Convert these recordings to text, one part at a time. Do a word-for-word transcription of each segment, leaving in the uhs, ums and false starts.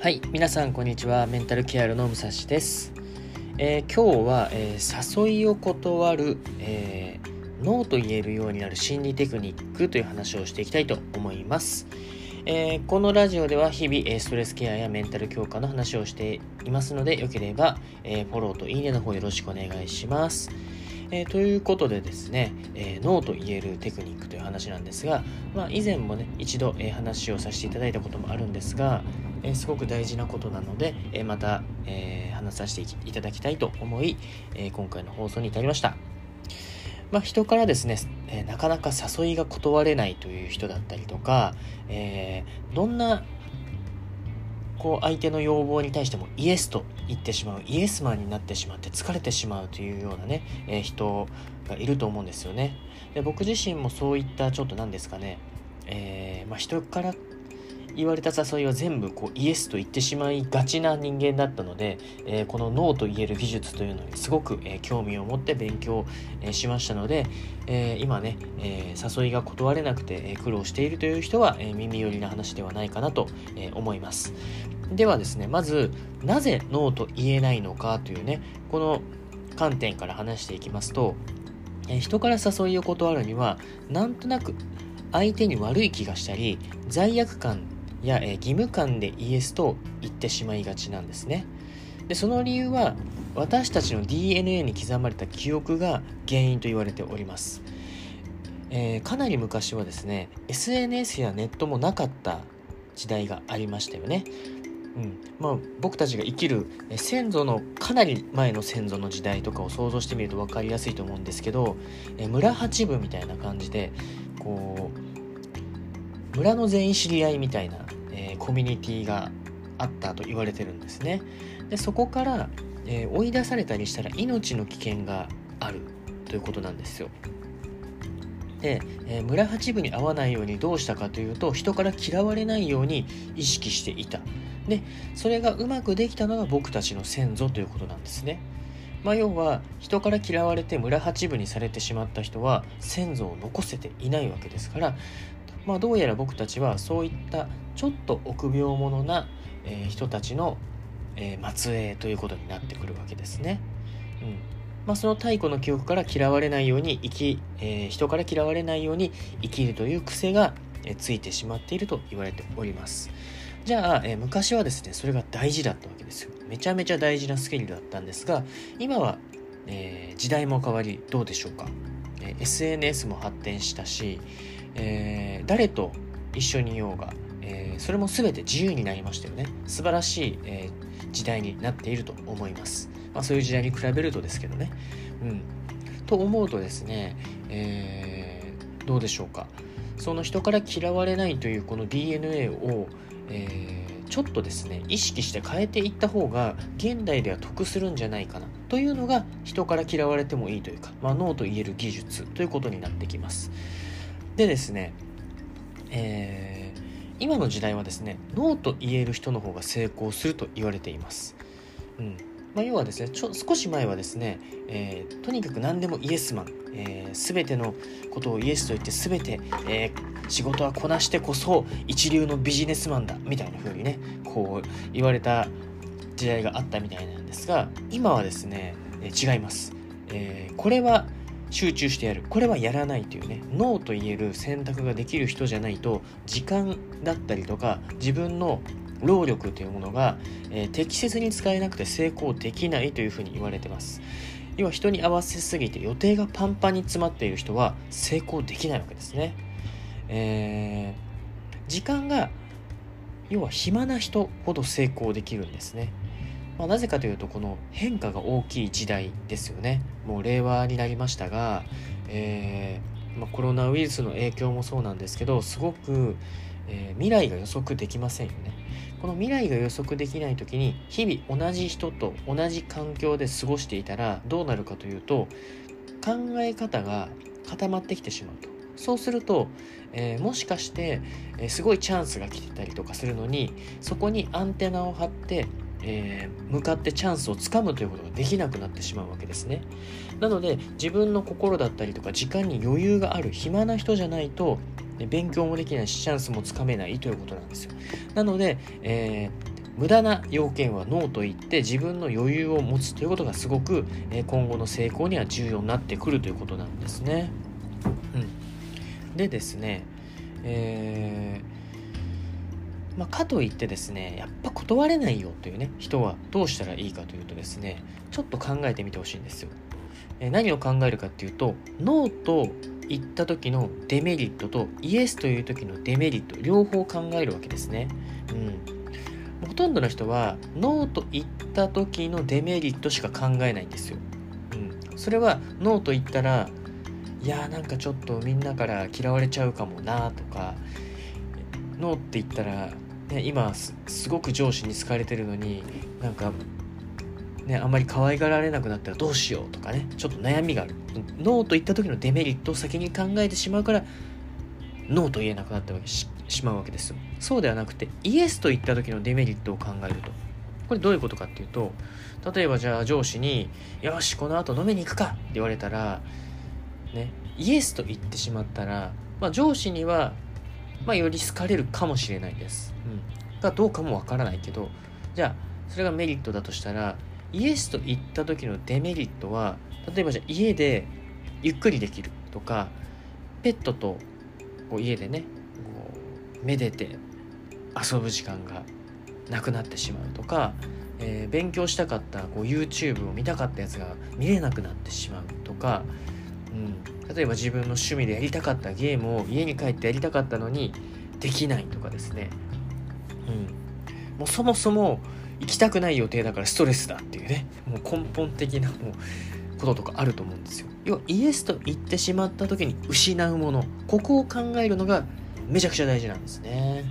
はい、皆さんこんにちは。メンタルケアの武蔵です。えー、今日は、えー、誘いを断る、えー、ノーと言えるようになる心理テクニックという話をしていきたいと思います。えー、このラジオでは日々、えー、ストレスケアやメンタル強化の話をしていますので、よければ、えー、フォローといいねの方よろしくお願いします。えー、ということでですね、えー、ノーと言えるテクニックという話なんですが、まあ、以前もね一度、えー、話をさせていただいたこともあるんですが、えー、すごく大事なことなので、えー、また、えー、話させていただきたいと思い、えー、今回の放送に至りました。まあ、人からですね、えー、なかなか誘いが断れないという人だったりとか、えー、どんなこう相手の要望に対してもイエスと言ってしまう、イエスマンになってしまって疲れてしまうというようなね、えー、人がいると思うんですよね。で、僕自身もそういったちょっと何ですかね、えーまあ、人から言われた誘いは全部こうイエスと言ってしまいがちな人間だったので、えー、このノーと言える技術というのにすごく、えー、興味を持って勉強、えー、しましたので、えー、今ね、えー、誘いが断れなくて、えー、苦労しているという人は、えー、耳寄りな話ではないかなと、えー、思います。ではですね、まずなぜノーと言えないのかというね、この観点から話していきますと、えー、人から誘いを断るにはなんとなく相手に悪い気がしたり、罪悪感や、えー、義務感でイエスと言ってしまいがちなんですね。で、その理由は私たちの ディーエヌエー に刻まれた記憶が原因と言われております。えー、かなり昔はですね エスエヌエス やネットもなかった時代がありましたよね。うんまあ、僕たちが生きるえ先祖のかなり前の先祖の時代とかを想像してみると分かりやすいと思うんですけど、え村八部みたいな感じでこう村の全員知り合いみたいな、えー、コミュニティがあったと言われてるんですね。で、そこから、えー、追い出されたりしたら命の危険があるということなんですよ。で、えー、村八部に合わないようにどうしたかというと、人から嫌われないように意識していた。で、それがうまくできたのが僕たちの先祖ということなんですね。まあ、要は人から嫌われて村八分にされてしまった人は先祖を残せていないわけですから、まあ、どうやら僕たちはそういったちょっと臆病者な、えー、人たちの、えー、末裔ということになってくるわけですね。うんまあ、その太古の記憶から嫌われないように生き、えー、人から嫌われないように生きるという癖が、えー、ついてしまっていると言われております。じゃあ、えー、昔はですねそれが大事だったわけですよ。めちゃめちゃ大事なスキルだったんですが、今は、えー、時代も変わりどうでしょうか、えー、エスエヌエス も発展したし、えー、誰と一緒にいようが、えー、それも全て自由になりましたよね。素晴らしい、えー、時代になっていると思います。まあ、そういう時代に比べるとですけどね。うん。と思うとですね、えー、どうでしょうか。その人から嫌われないというこの ディーエヌエー を、えー、ちょっとですね意識して変えていった方が現代では得するんじゃないかなというのが、人から嫌われてもいいというか、まあ、ノーと言える技術ということになってきます。でですね、えー、今の時代はですねノーと言える人の方が成功すると言われています。うんまあ、要はですねちょ少し前はですね、えー、とにかく何でもイエスマン、えー、全てのことをイエスと言って全て、えー、仕事はこなしてこそ一流のビジネスマンだみたいな風にねこう言われた時代があったみたいなんですが、今はですね、えー、違います、えー、これは集中してやる、これはやらないというねノーと言える選択ができる人じゃないと、時間だったりとか自分の労力というものが、えー、適切に使えなくて成功できないというふうに言われてます。要は人に合わせすぎて予定がパンパンに詰まっている人は成功できないわけですね。えー、時間が要は暇な人ほど成功できるんですね。まあ、なぜかというとこの変化が大きい時代ですよね。もう令和になりましたが、えーまあ、コロナウイルスの影響もそうなんですけど、すごく、えー、未来が予測できませんよね。この未来が予測できない時に日々同じ人と同じ環境で過ごしていたらどうなるかというと、考え方が固まってきてしまうと。そうすると、えー、もしかして、えー、すごいチャンスが来てたりとかするのに、そこにアンテナを張ってえー、向かってチャンスをつかむということができなくなってしまうわけですね。なので自分の心だったりとか時間に余裕がある暇な人じゃないと勉強もできないしチャンスもつかめないということなんですよ。なので、えー無駄な要件はノーと言って自分の余裕を持つということがすごく、えー、今後の成功には重要になってくるということなんですね。うん、でですね、えーまあ、かといってですね、やっぱ断れないよというね人はどうしたらいいかというとですね、ちょっと考えてみてほしいんですよ。えー、何を考えるかっていうと、ノーと言った時のデメリットとイエスという時のデメリット両方考えるわけですね。うん、ほとんどの人はノーと言った時のデメリットしか考えないんですよ。うん、それはノーと言ったら、いやーなんかちょっとみんなから嫌われちゃうかもなとか、ノーって言ったら、ね、今 す, すごく上司に好かれてるのになんかね、あんまり可愛がられなくなったらどうしようとかね、ちょっと悩みがある。ノーと言った時のデメリットを先に考えてしまうからノーと言えなくなってし, しまうわけですよ。そうではなくてイエスと言った時のデメリットを考えると、これどういうことかっていうと、例えばじゃあ上司によしこの後飲みに行くかって言われたらね、イエスと言ってしまったら、まあ、上司には、まあ、より好かれるかもしれないです、うん、がどうかもわからないけど、じゃあそれがメリットだとしたら、イエスと言った時のデメリットは、例えばじゃあ家でゆっくりできるとか、ペットとこう家でねこうめでて遊ぶ時間がなくなってしまうとか、えー、勉強したかったこう YouTube を見たかったやつが見れなくなってしまうとか、うん、例えば自分の趣味でやりたかったゲームを家に帰ってやりたかったのにできないとかですね、うん、もうそもそも行きたくない予定だからストレスだっていうね、もう根本的なもうこととかあると思うんですよ。要はイエスと言ってしまった時に失うもの、ここを考えるのがめちゃくちゃ大事なんですね。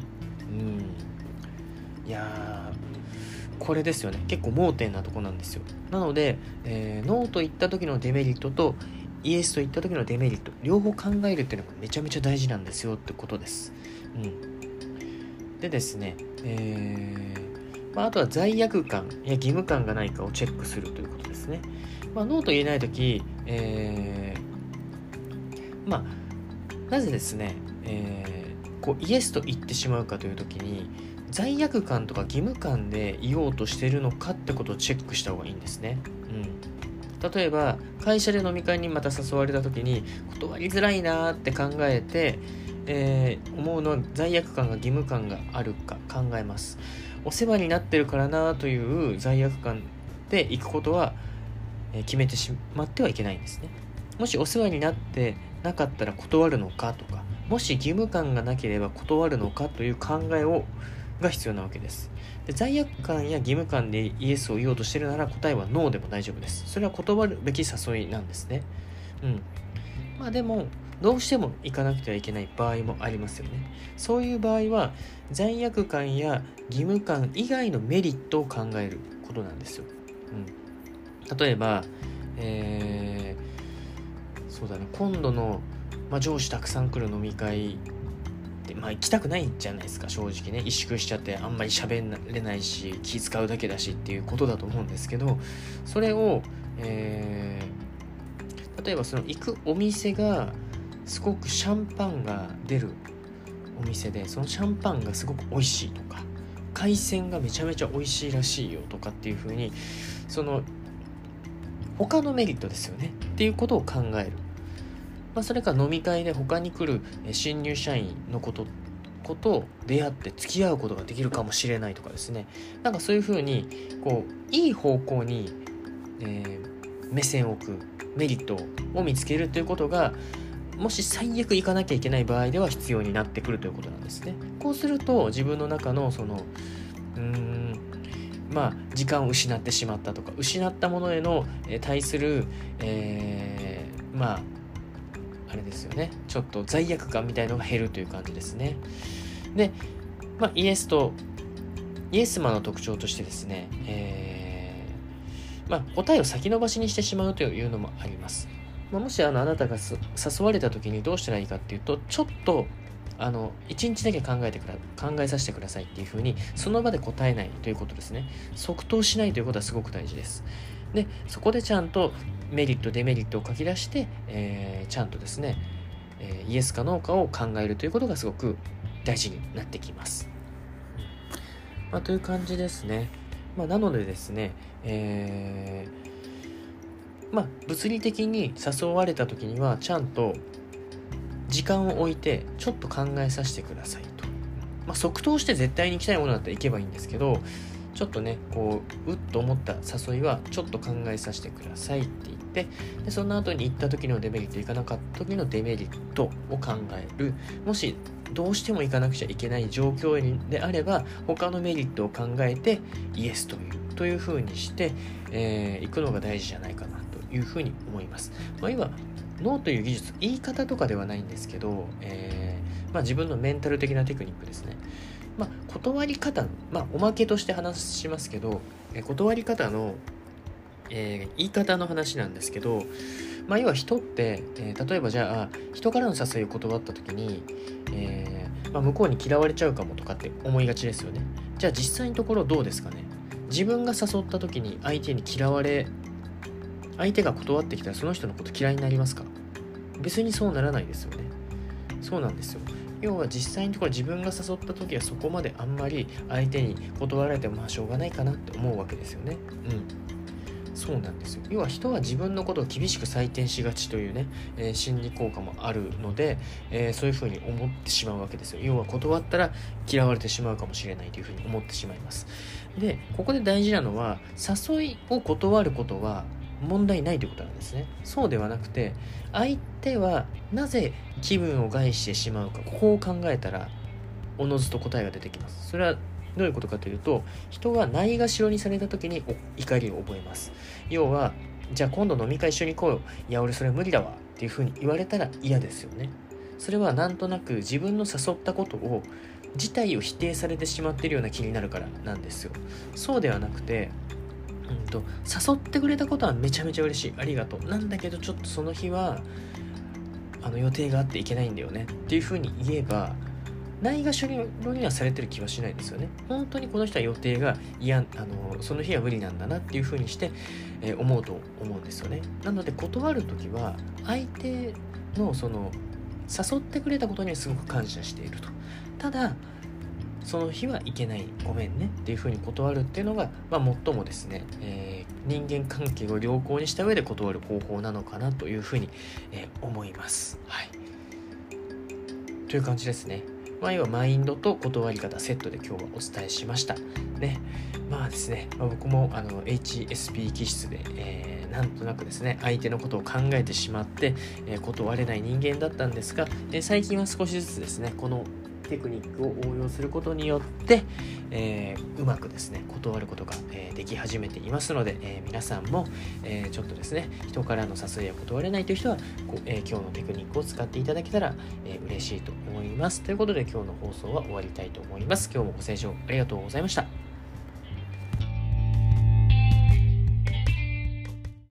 うん、いやーこれですよね、結構盲点なとこなんですよ。なので、えー、ノーと言った時のデメリットとイエスと言った時のデメリット両方考えるっていうのがめちゃめちゃ大事なんですよってことです。うん、でですね、えーまあ、あとは罪悪感や義務感がないかをチェックするということですね。まあ、ノーと言えないとき、えー、まあなぜですね、えー、こうイエスと言ってしまうかというときに、罪悪感とか義務感で言おうとしているのかってことをチェックした方がいいんですね。うん、例えば会社で飲み会にまた誘われたときに断りづらいなって考えて、えー、思うのは罪悪感が義務感があるか考えます。お世話になってるからなという罪悪感で行くことは決めてしまってはいけないんですね。もしお世話になってなかったら断るのかとか、もし義務感がなければ断るのかという考えをが必要なわけです。で、罪悪感や義務感でイエスを言おうとしているなら答えはノーでも大丈夫です。それは断るべき誘いなんですね。うん。まあでもどうしても行かなくてはいけない場合もありますよね。そういう場合は罪悪感や義務感以外のメリットを考えることなんですよ。うん、例えば、えー、そうだね、今度の、まあ、上司たくさん来る飲み会で、まあ、行きたくないじゃないですか、正直ね。萎縮しちゃってあんまり喋れないし気使うだけだしっていうことだと思うんですけど、それを、えー、例えばその行くお店がすごくシャンパンが出るお店で、そのシャンパンがすごく美味しいとか、海鮮がめちゃめちゃ美味しいらしいよとかっていう風に、その他のメリットですよねっていうことを考える。まあ、それから飲み会で他に来る新入社員のことこと出会って付き合うことができるかもしれないとかですね、なんかそういう風にこういい方向に、えー、目線を置くメリットを見つけるということが、もし最悪行かなきゃいけない場合では必要になってくるということなんですね。こうすると自分の中のそのうーんまあ時間を失ってしまったとか、失ったものへの対する、えー、まああれですよね、ちょっと罪悪感みたいのが減るという感じですね。で、まあイエスとイエスマンの特徴としてですね、えー、まあ答えを先延ばしにしてしまうというのもあります。まあ、もしあのあなたが誘われた時にどうしたらいいかっていうと、ちょっとあのいちにちだけ考えてくら考えさせてくださいっていう風にその場で答えないということですね。即答しないということはすごく大事です。で、そこでちゃんとメリットデメリットを書き出して、えー、ちゃんとですね、えー、イエスかノーかを考えるということがすごく大事になってきます。 まあ、という感じですね。まあ、なのでですね、えー、まあ、物理的に誘われた時にはちゃんと時間を置いてちょっと考えさせてくださいと。まあ、即答して絶対に行きたいものだったら行けばいいんですけど、ちょっとね、こう、うっと思った誘いはちょっと考えさせてくださいって言って、でその後に行った時のデメリット、行かなかった時のデメリットを考える。もしどうしても行かなくちゃいけない状況であれば、他のメリットを考えてイエスというという風にして、えー、行くのが大事じゃないかなというふうに思います。まあ、今ノーという技術、言い方とかではないんですけど、えーまあ、自分のメンタル的なテクニックですね。まあ、断り方、まあ、おまけとして話しますけど、え断り方の、えー、言い方の話なんですけど、まあ、要は人って、えー、例えばじゃあ人からの誘いを断った時に、えーまあ、向こうに嫌われちゃうかもとかって思いがちですよね。じゃあ実際のところどうですかね。自分が誘った時に相手に嫌われ相手が断ってきたらその人のこと嫌いになりますか？別にそうならないですよね。そうなんですよ。要は実際のところ自分が誘った時はそこまであんまり相手に断られてもまあしょうがないかなって思うわけですよね。うん。そうなんですよ。要は人は自分のことを厳しく採点しがちというね、えー、心理効果もあるので、えー、そういうふうに思ってしまうわけですよ。要は断ったら嫌われてしまうかもしれないというふうに思ってしまいます。で、ここで大事なのは誘いを断ることは問題ないということなんですね。そうではなくて、相手はなぜ気分を害してしまうか、ここを考えたらおのずと答えが出てきます。それはどういうことかというと、人がないがしろにされた時に怒りを覚えます。要は、じゃあ今度飲み会一緒に行こうよ。いや俺それ無理だわっていうふうに言われたら嫌ですよね。それはなんとなく自分の誘ったことを自体を否定されてしまっているような気になるからなんですよ。そうではなくて、うんと、誘ってくれたことはめちゃめちゃ嬉しい。ありがとう。なんだけどちょっとその日はあの予定があっていけないんだよねっていう風に言えば、ないがしろにはされてる気はしないですよね。本当にこの人は予定が嫌、あのその日は無理なんだなっていう風にして、えー、思うと思うんですよね。なので断るときは相手のその誘ってくれたことにはすごく感謝していると。ただその日はいけない、ごめんねっていう風に断るっていうのが、まあ、最もですね、えー、人間関係を良好にした上で断る方法なのかなという風に、えー、思います。はい。という感じですね。まあ、要はマインドと断り方セットで今日はお伝えしました。ね。まあですね、まあ、僕もあの エイチエスピー 気質で、えー、なんとなくですね、相手のことを考えてしまって、えー、断れない人間だったんですが、えー、最近は少しずつですね、このテクニックを応用することによって、えー、うまくですね断ることが、えー、でき始めていますので、えー、皆さんも、えー、ちょっとですね人からの誘いを断れないという人はこう、えー、今日のテクニックを使っていただけたら、えー、嬉しいと思います。ということで今日の放送は終わりたいと思います。今日もご清聴ありがとうございました。